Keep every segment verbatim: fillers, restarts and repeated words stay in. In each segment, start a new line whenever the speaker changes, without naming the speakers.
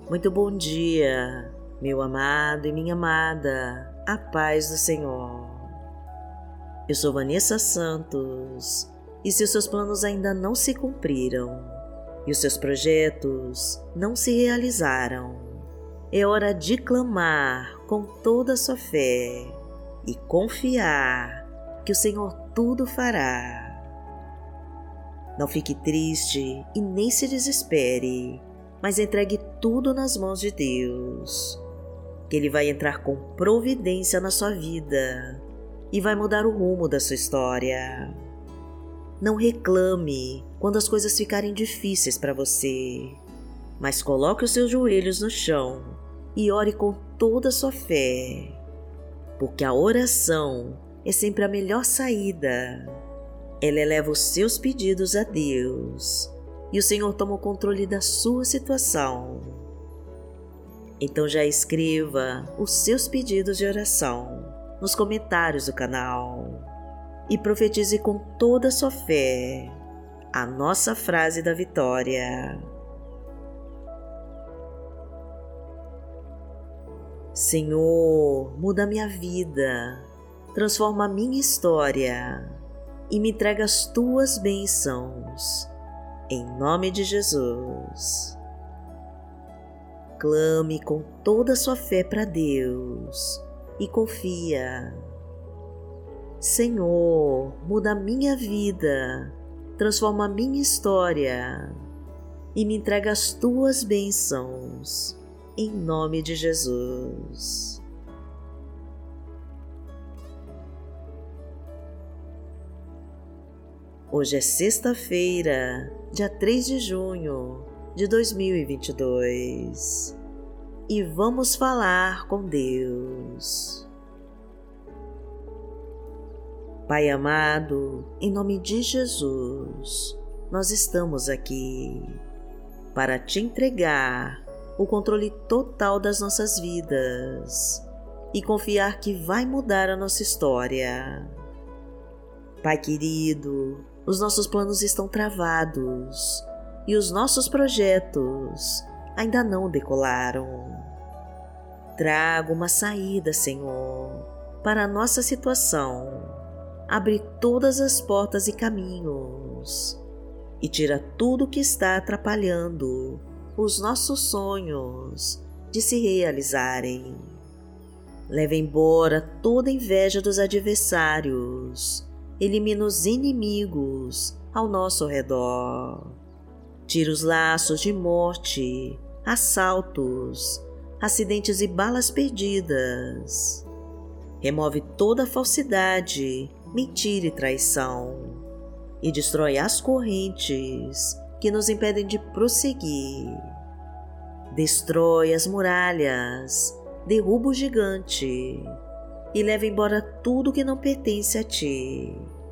Muito bom dia, meu amado e minha amada, a paz do Senhor. Eu sou Vanessa Santos e se os seus planos ainda não se cumpriram e os seus projetos não se realizaram, é hora de clamar com toda a sua fé e confiar que o Senhor tudo fará. Não fique triste e nem se desespere, mas entregue tudo nas mãos de Deus, que Ele vai entrar com providência na sua vida e vai mudar o rumo da sua história. Não reclame quando as coisas ficarem difíceis para você, mas coloque os seus joelhos no chão e ore com toda a sua fé, porque a oração é sempre a melhor saída. Ela eleva os seus pedidos a Deus e o Senhor toma o controle da sua situação. Então já escreva os seus pedidos de oração nos comentários do canal e profetize com toda a sua fé a nossa frase da vitória. Senhor, muda a minha vida, transforma a minha história e me entrega as tuas bênçãos. Em nome de Jesus. Clame com toda a sua fé para Deus e confia. Senhor, muda a minha vida, transforma a minha história e me entrega as tuas bênçãos. Em nome de Jesus. Hoje é sexta-feira, dia três de junho de dois mil e vinte e dois, e vamos falar com Deus. Pai amado, em nome de Jesus, nós estamos aqui para te entregar o controle total das nossas vidas e confiar que vai mudar a nossa história. Pai querido, os nossos planos estão travados e os nossos projetos ainda não decolaram. Traga uma saída, Senhor, para a nossa situação. Abre todas as portas e caminhos e tira tudo que está atrapalhando os nossos sonhos de se realizarem. Leva embora toda a inveja dos adversários. Elimina os inimigos ao nosso redor. Tira os laços de morte, assaltos, acidentes e balas perdidas. Remove toda a falsidade, mentira e traição. E destrói as correntes que nos impedem de prosseguir. Destrói as muralhas, derruba o gigante e leva embora tudo que não pertence a Ti.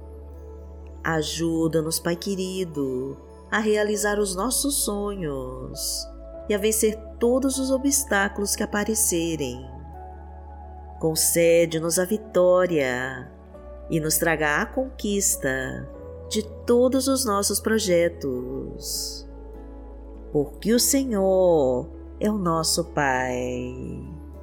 Ajuda-nos, Pai querido, a realizar os nossos sonhos e a vencer todos os obstáculos que aparecerem. Concede-nos a vitória e nos traga a conquista de todos os nossos projetos, porque o Senhor é o nosso Pai.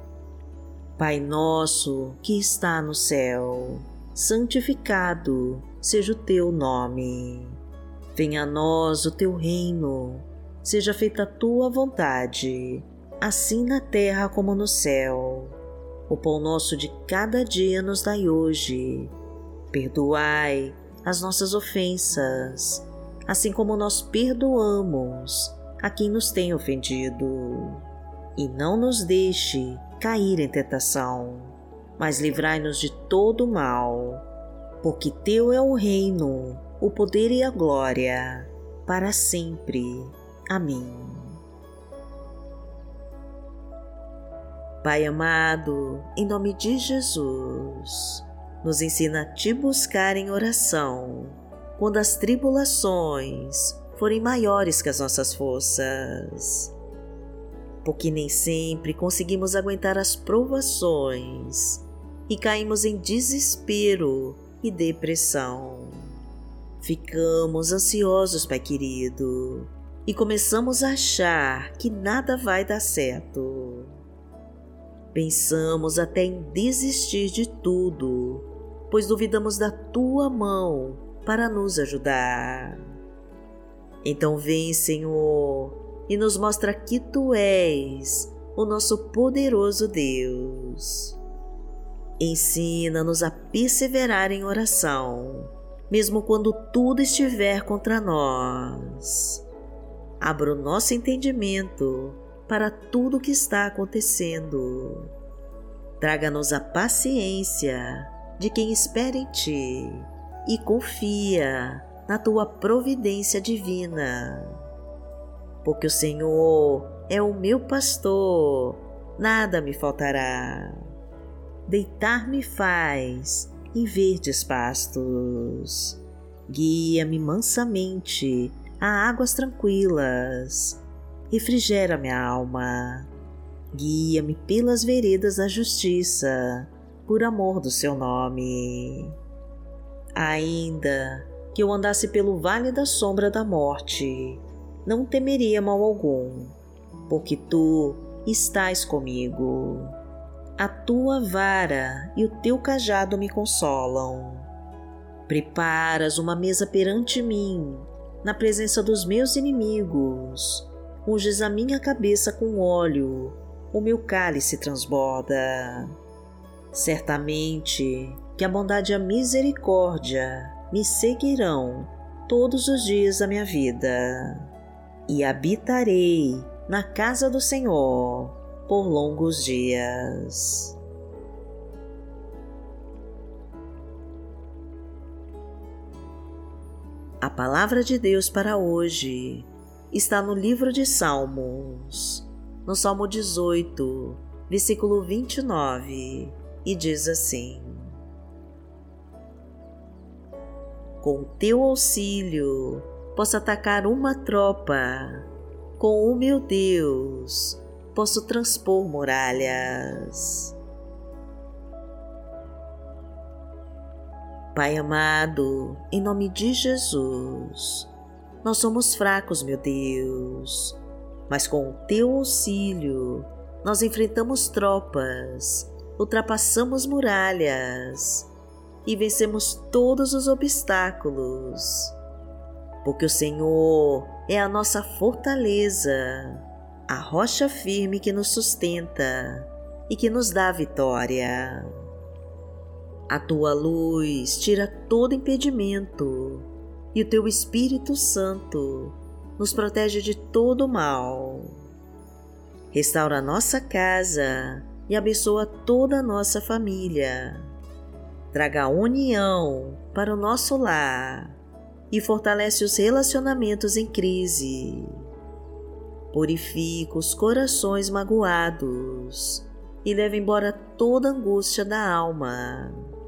Pai nosso que está no céu, santificado seja o teu nome. Venha a nós o teu reino, seja feita a tua vontade, assim na terra como no céu. O pão nosso de cada dia nos dai hoje. Perdoai as nossas ofensas, assim como nós perdoamos a quem nos tem ofendido. E não nos deixe cair em tentação, mas livrai-nos de todo o mal, porque Teu é o reino, o poder e a glória, para sempre. Amém. Pai amado, em nome de Jesus, nos ensina a Te buscar em oração, quando as tribulações forem maiores que as nossas forças. Porque nem sempre conseguimos aguentar as provações e caímos em desespero e depressão. Ficamos ansiosos, Pai querido, e começamos a achar que nada vai dar certo. Pensamos até em desistir de tudo, pois duvidamos da tua mão para nos ajudar. Então vem, Senhor, e nos mostra que tu és o nosso poderoso Deus. Ensina-nos a perseverar em oração, mesmo quando tudo estiver contra nós. Abra o nosso entendimento para tudo o que está acontecendo. Traga-nos a paciência de quem espera em Ti e confia na Tua providência divina. Porque o Senhor é o meu pastor, nada me faltará. Deitar-me faz em verdes pastos. Guia-me mansamente a águas tranquilas. Refrigera minha alma. Guia-me pelas veredas da justiça, por amor do seu nome. Ainda que eu andasse pelo vale da sombra da morte, não temeria mal algum, porque tu estás comigo. A tua vara e o teu cajado me consolam. Preparas uma mesa perante mim, na presença dos meus inimigos. Unges a minha cabeça com óleo, o meu cálice transborda. Certamente que a bondade e a misericórdia me seguirão todos os dias da minha vida, e habitarei na casa do Senhor por longos dias. A palavra de Deus para hoje está no livro de Salmos, no Salmo dezoito, versículo vinte e nove, e diz assim: Com o teu auxílio posso atacar uma tropa, com o meu Deus posso transpor muralhas. Pai amado, em nome de Jesus, nós somos fracos, meu Deus, mas com o teu auxílio nós enfrentamos tropas, ultrapassamos muralhas e vencemos todos os obstáculos, porque o Senhor é a nossa fortaleza, a rocha firme que nos sustenta e que nos dá vitória. A tua luz tira todo impedimento e o teu Espírito Santo nos protege de todo mal. Restaura a nossa casa e abençoa toda a nossa família. Traga a união para o nosso lar e fortalece os relacionamentos em crise. Purifica os corações magoados e leva embora toda a angústia da alma.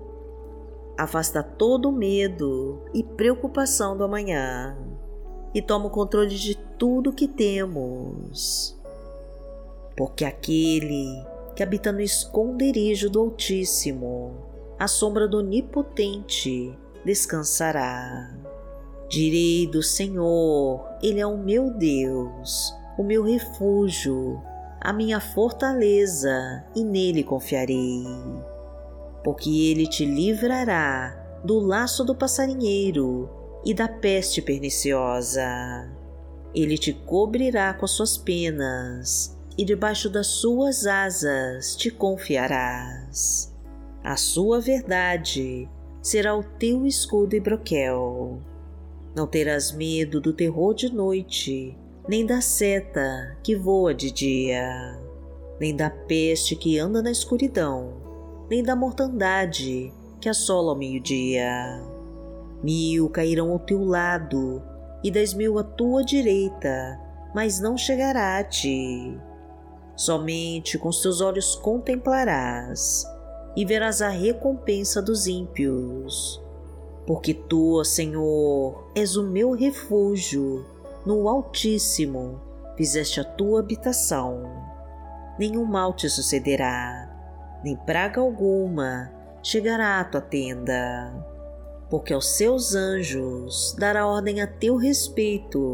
Afasta todo o medo e preocupação do amanhã e toma o controle de tudo que temos. Porque aquele que habita no esconderijo do Altíssimo, à sombra do Onipotente, descansará. Direi do Senhor, Ele é o meu Deus, o meu refúgio, a minha fortaleza, e nele confiarei. Porque ele te livrará do laço do passarinheiro e da peste perniciosa. Ele te cobrirá com as suas penas, e debaixo das suas asas te confiarás. A sua verdade será o teu escudo e broquel. Não terás medo do terror de noite, nem da seta que voa de dia, nem da peste que anda na escuridão, nem da mortandade que assola ao meio-dia. Mil cairão ao teu lado e dez mil à tua direita, mas não chegará a ti. Somente com os teus olhos contemplarás e verás a recompensa dos ímpios. Porque tu, ó Senhor, és o meu refúgio, no Altíssimo fizeste a tua habitação. Nenhum mal te sucederá, nem praga alguma chegará à tua tenda. Porque aos seus anjos dará ordem a teu respeito,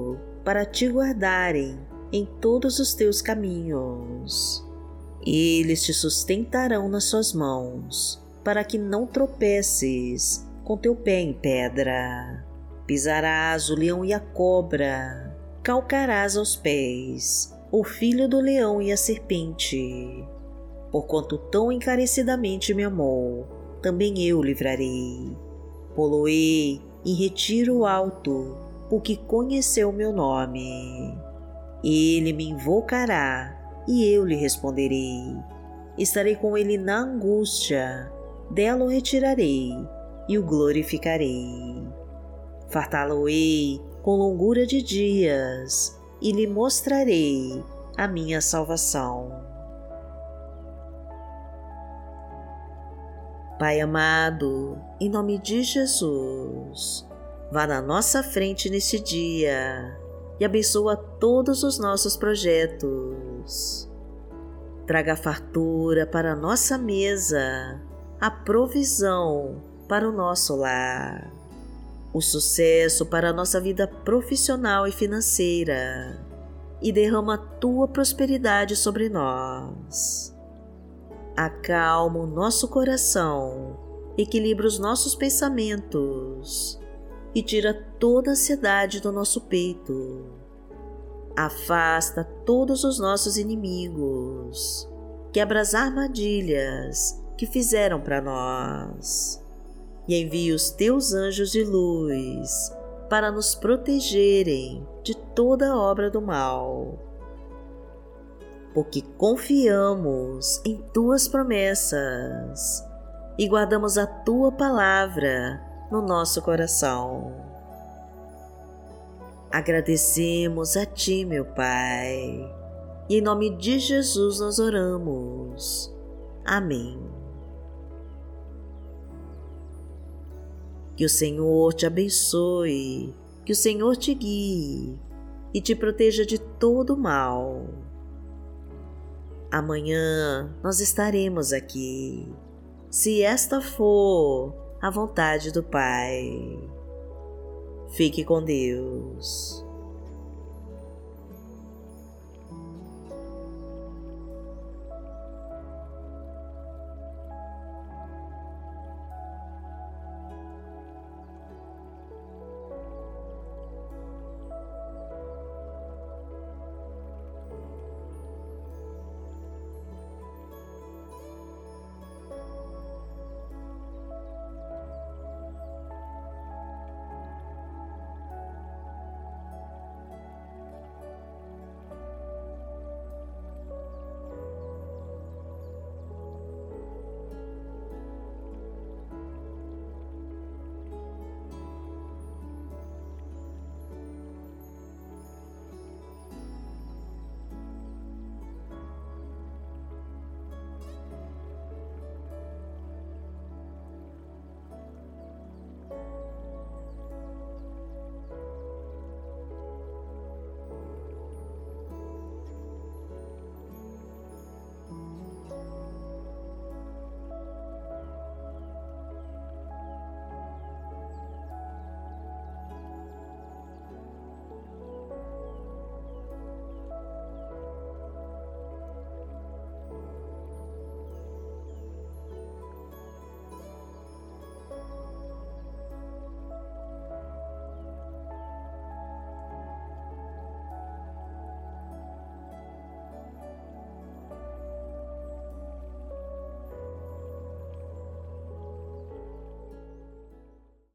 para te guardarem em todos os teus caminhos. Eles te sustentarão nas suas mãos, para que não tropeces com teu pé em pedra. Pisarás o leão e a cobra, calcarás aos pés o filho do leão e a serpente. Porquanto tão encarecidamente me amou, também eu o livrarei. Poloei em retiro alto, porque conheceu o meu nome. Ele me invocará, e eu lhe responderei. Estarei com ele na angústia, dela o retirarei, e o glorificarei. Fartá-lo-ei com longura de dias, e lhe mostrarei a minha salvação. Pai amado, em nome de Jesus, vá na nossa frente neste dia e abençoa todos os nossos projetos. Traga fartura para a nossa mesa, a provisão para o nosso lar, o sucesso para a nossa vida profissional e financeira, e derrama a tua prosperidade sobre nós. Acalma o nosso coração, equilibra os nossos pensamentos e tira toda a ansiedade do nosso peito. Afasta todos os nossos inimigos, quebra as armadilhas que fizeram para nós e envia os teus anjos de luz para nos protegerem de toda obra do mal. Porque confiamos em tuas promessas e guardamos a tua palavra no nosso coração. Agradecemos a ti, meu Pai, e em nome de Jesus nós oramos. Amém. Que o Senhor te abençoe, que o Senhor te guie e te proteja de todo mal. Amanhã nós estaremos aqui, se esta for a vontade do Pai. Fique com Deus.